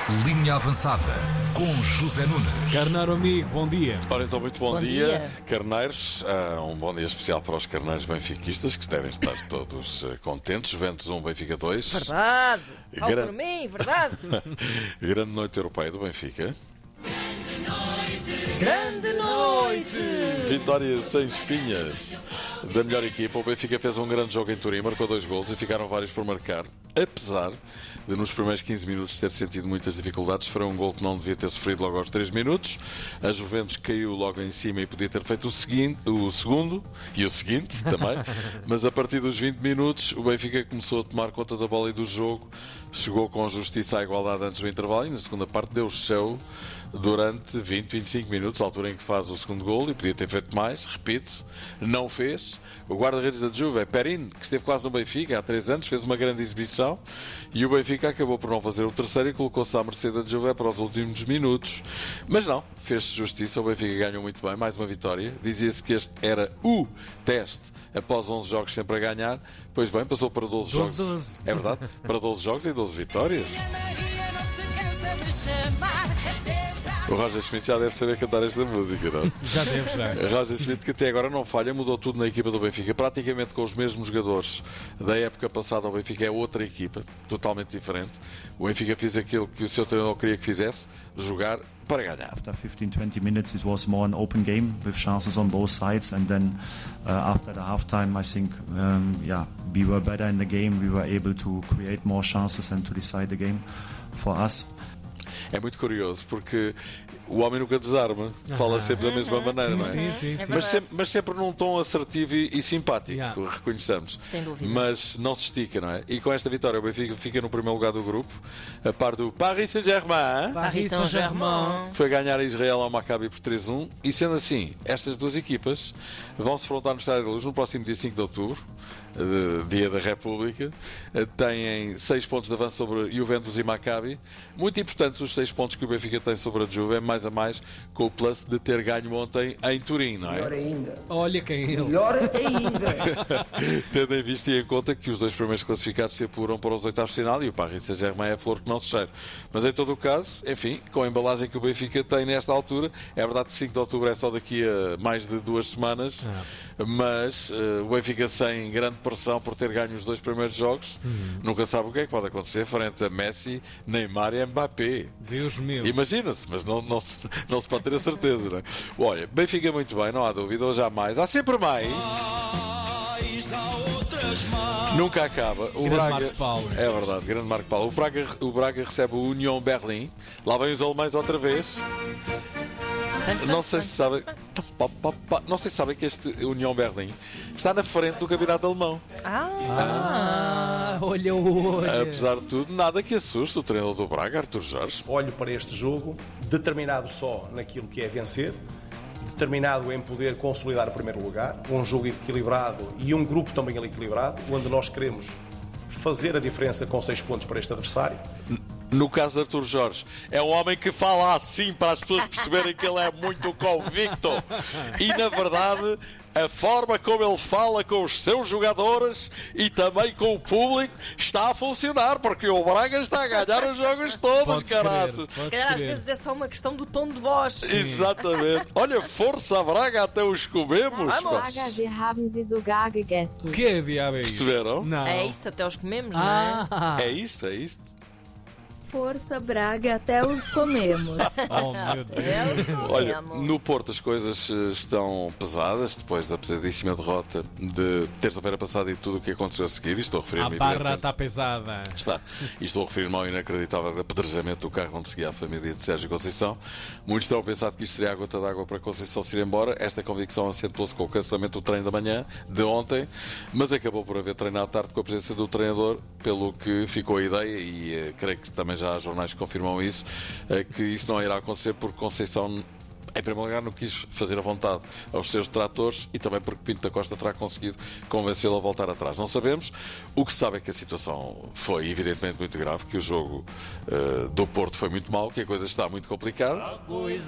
Linha Avançada com José Nunes. Carneiro amigo, bom dia. Ora então, muito bom dia, carneiros. Um bom dia especial para os carneiros benfiquistas, que devem estar todos contentes. Juventus 1, Benfica 2. Verdade. Fala por mim, verdade. Grande noite europeia do Benfica. Grande noite. Vitória sem espinhas da melhor equipa. O Benfica fez um grande jogo em Turim, marcou 2 golos e ficaram vários por marcar. Apesar de nos primeiros 15 minutos ter sentido muitas dificuldades, foi um gol que não devia ter sofrido logo aos 3 minutos. A Juventus caiu logo em cima e podia ter feito o segundo e o seguinte também. Mas a partir dos 20 minutos o Benfica começou a tomar conta da bola e do jogo. Chegou com justiça à igualdade antes do intervalo e na segunda parte deu show durante 20, 25 minutos, a altura em que faz o segundo gol, e podia ter feito mais, repito, não fez. O guarda-redes da Juve, Perin, que esteve quase no Benfica há 3 anos, fez uma grande exibição e o Benfica acabou por não fazer o terceiro e colocou-se à mercê da Juve para os últimos minutos. Mas não, fez-se justiça, o Benfica ganhou muito bem, mais uma vitória. Dizia-se que este era o teste após 11 jogos sempre a ganhar. Pois bem, passou para 12 jogos. 12. É verdade, para 12 jogos e 12 vitórias. O Roger Schmidt já deve saber cantar esta música, não? Já deve, já. Roger Schmidt, que até agora não falha, mudou tudo na equipa do Benfica, praticamente com os mesmos jogadores da época passada. O Benfica é outra equipa, totalmente diferente. O Benfica fez aquilo que o seu treinador queria que fizesse, jogar para ganhar. After 15, 20 minutes it was more an open game with chances on both sides, and then after the halftime I think we were better in the game, we were able to create more chances and to decide the game for us. É muito curioso porque o homem nunca desarma, fala sempre da mesma maneira, não é? Sim. Mas sempre num tom assertivo e simpático, Yeah. reconheçamos. Sem dúvida. Mas não se estica, não é? E com esta vitória o Benfica fica no primeiro lugar do grupo, a par do Paris Saint-Germain, Paris Saint-Germain. que foi ganhar a Israel ao Maccabi por 3-1. E sendo assim, estas duas equipas vão se enfrentar no Estádio da Luz no próximo dia 5 de outubro, dia da República. Têm 6 pontos de avanço sobre Juventus e Maccabi. Muito importantes os 6 pontos que o Benfica tem sobre a Juve, é mais a mais com o plus de ter ganho ontem em Turim, não é? Melhor ainda. Olha quem é ele. Melhor ainda. Tendo em vista e em conta que os 2 primeiros classificados se apuram para os oitavos de final e o Paris Saint-Germain é a flor que não se cheira. Mas em todo o caso, enfim, com a embalagem que o Benfica tem nesta altura, é verdade que 5 de outubro é só daqui a mais de 2 semanas, mas o Benfica sem grande pressão por ter ganho os 2 primeiros jogos, nunca sabe o que é que pode acontecer frente a Messi, Neymar e Mbappé. Deus meu. Imagina-se, mas não se pode ter a certeza, não é? Olha, Benfica muito bem, não há dúvida, hoje há mais, há sempre mais. Nunca acaba. O Grande Braga, Marco Paulo. é verdade, grande Marco Paulo. O Braga recebe o Union Berlim. Lá vem os alemães outra vez. Não sei se sabem. Não sei se sabem que este Union Berlim está na frente do campeonato alemão. Olha o olho. Apesar de tudo, nada que assuste o treinador do Braga, Artur Jorge. Olho para este jogo determinado só naquilo que é vencer, determinado em poder consolidar o primeiro lugar, um jogo equilibrado e um grupo também equilibrado, onde nós queremos fazer a diferença com 6 pontos para este adversário. No caso de Artur Jorge, é um homem que fala assim para as pessoas perceberem que ele é muito convicto. E, na verdade, a forma como ele fala com os seus jogadores e também com o público está a funcionar, porque o Braga está a ganhar os jogos todos, Podes caraças. crer, Se calhar às vezes é só uma questão do tom de voz. Exatamente. Olha, força Braga, até os comemos. Vamos. pá. Braga, wir haben sie sogar gegessen. Que diabo é isso? Perceberam? Não. É isso, até os comemos, não é? É isto, é isto. Força Braga, até os comemos. Oh meu Deus. Olha, no Porto as coisas estão pesadas depois da pesadíssima derrota de terça-feira passada e tudo o que aconteceu a seguir. Estou a A referir-me barra evidentemente- está pesada. Está. E estou a referir-me ao inacreditável apedrejamento do carro onde seguia a família de Sérgio Conceição. Muitos terão pensado que isto seria a gota d'água para Conceição se ir embora. Esta convicção acentuou-se com o cancelamento do treino da manhã, de ontem, mas acabou por haver treino à tarde com a presença do treinador, pelo que ficou a ideia, e creio que também já há jornais que confirmam isso, que isso não irá acontecer porque Conceição em primeiro lugar, não quis fazer a vontade aos seus detratores e também porque Pinto da Costa terá conseguido convencê-lo a voltar atrás. Não sabemos. O que se sabe é que a situação foi evidentemente muito grave, que o jogo do Porto foi muito mau, que a coisa está muito complicada.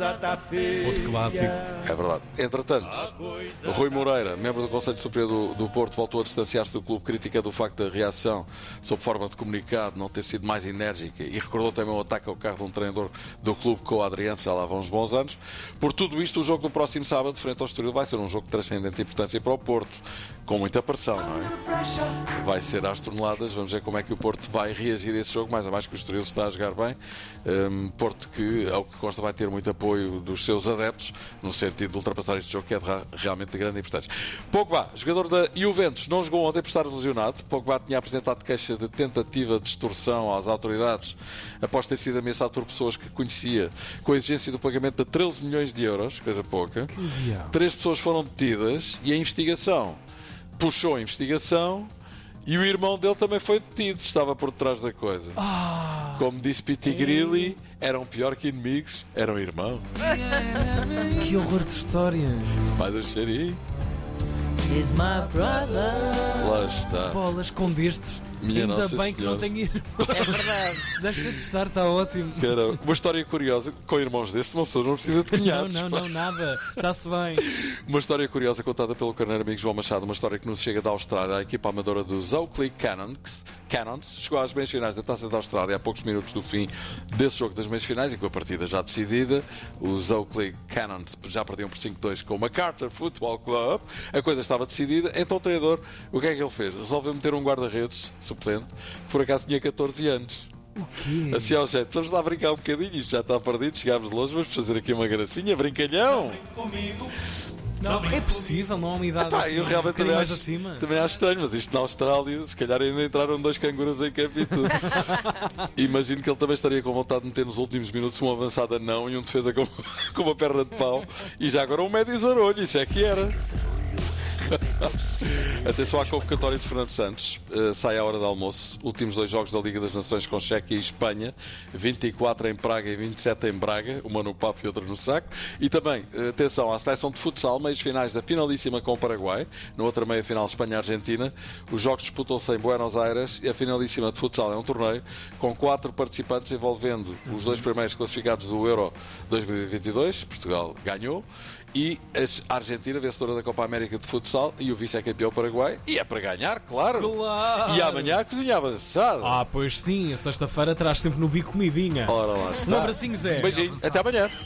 Outro clássico. É verdade. Entretanto, Rui Moreira, membro do Conselho Superior do Porto, voltou a distanciar-se do clube, crítica do facto da reação sob forma de comunicado não ter sido mais enérgica e recordou também o ataque ao carro de um treinador do clube com o Adriano, já lá vão uns bons anos. Por tudo isto, o jogo do próximo sábado, frente ao Estoril, vai ser um jogo de transcendente importância para o Porto, com muita pressão, não é? Vai ser às toneladas, vamos ver como é que o Porto vai reagir a esse jogo, mais a mais que o Estoril está a jogar bem. Porto que, ao que consta, vai ter muito apoio dos seus adeptos, no sentido de ultrapassar este jogo, que é realmente de grande importância. Pogba, jogador da Juventus, não jogou ontem por estar lesionado. Pogba tinha apresentado queixa de tentativa de extorsão às autoridades após ter sido ameaçado por pessoas que conhecia, com a exigência do pagamento de 13 milhões de euros, coisa pouca. 3 pessoas foram detidas e a investigação puxou a investigação e o irmão dele também foi detido, estava por detrás da coisa. Como disse Piti Grilli, eram pior que inimigos, eram irmãos. Que horror de história. Mais um cheirinho. He's my brother. Lá está. Bola, escondestes. Minha Ainda Nossa bem que não Senhora. tenho irmão. É verdade. Deixa de estar, está ótimo. Caramba. Uma história curiosa, com irmãos destes, uma pessoa não precisa de Não, cunhados. não, nada. Está-se bem. Uma história curiosa contada pelo carneiro amigo João Machado, uma história que nos chega da Austrália. A equipa amadora dos Oakley Cannons chegou às meias finais da Taça da Austrália há poucos minutos do fim desse jogo das meias finais e com a partida já decidida. Os Oakley Cannons já perdiam por 5-2 com o MacArthur Football Club. A coisa estava decidida, então o treinador, o que é que ele fez? Resolveu meter um guarda-redes suplente, que por acaso tinha 14 anos. O quê? Assim ao jeito, vamos lá brincar um bocadinho, isto já está perdido, chegámos longe, vamos fazer aqui uma gracinha, brincalhão. Não, é possível, não há uma idade Pá, assim, eu realmente um bocadinho também mais acho, acima. também acho estranho, mas isto na Austrália, se calhar ainda entraram 2 cangurus em campo e tudo. Imagino que ele também estaria com vontade de meter nos últimos minutos um avançado não e um defesa com uma perna de pau e já agora um médio zarolho, isso é que era. Atenção à convocatória de Fernando Santos. Sai à hora do almoço. Últimos 2 jogos da Liga das Nações com Chequia e Espanha. 24 em Praga e 27 em Braga. Uma no papo e outra no saco. E também, atenção à seleção de futsal. Meios finais da finalíssima com o Paraguai. Na outra meia final, Espanha-Argentina. Os jogos disputam-se em Buenos Aires. E a finalíssima de futsal é um torneio com 4 participantes envolvendo os 2 primeiros classificados do Euro 2022. Portugal ganhou. E a Argentina, vencedora da Copa América de Futsal, e o vice-campeão Paraguai. E é para ganhar, claro! Claro. E amanhã a cozinha avançada. Pois sim, a sexta-feira traz sempre no bico comidinha. Ora lá está. Um abracinho, Zé. Beijinho, até amanhã.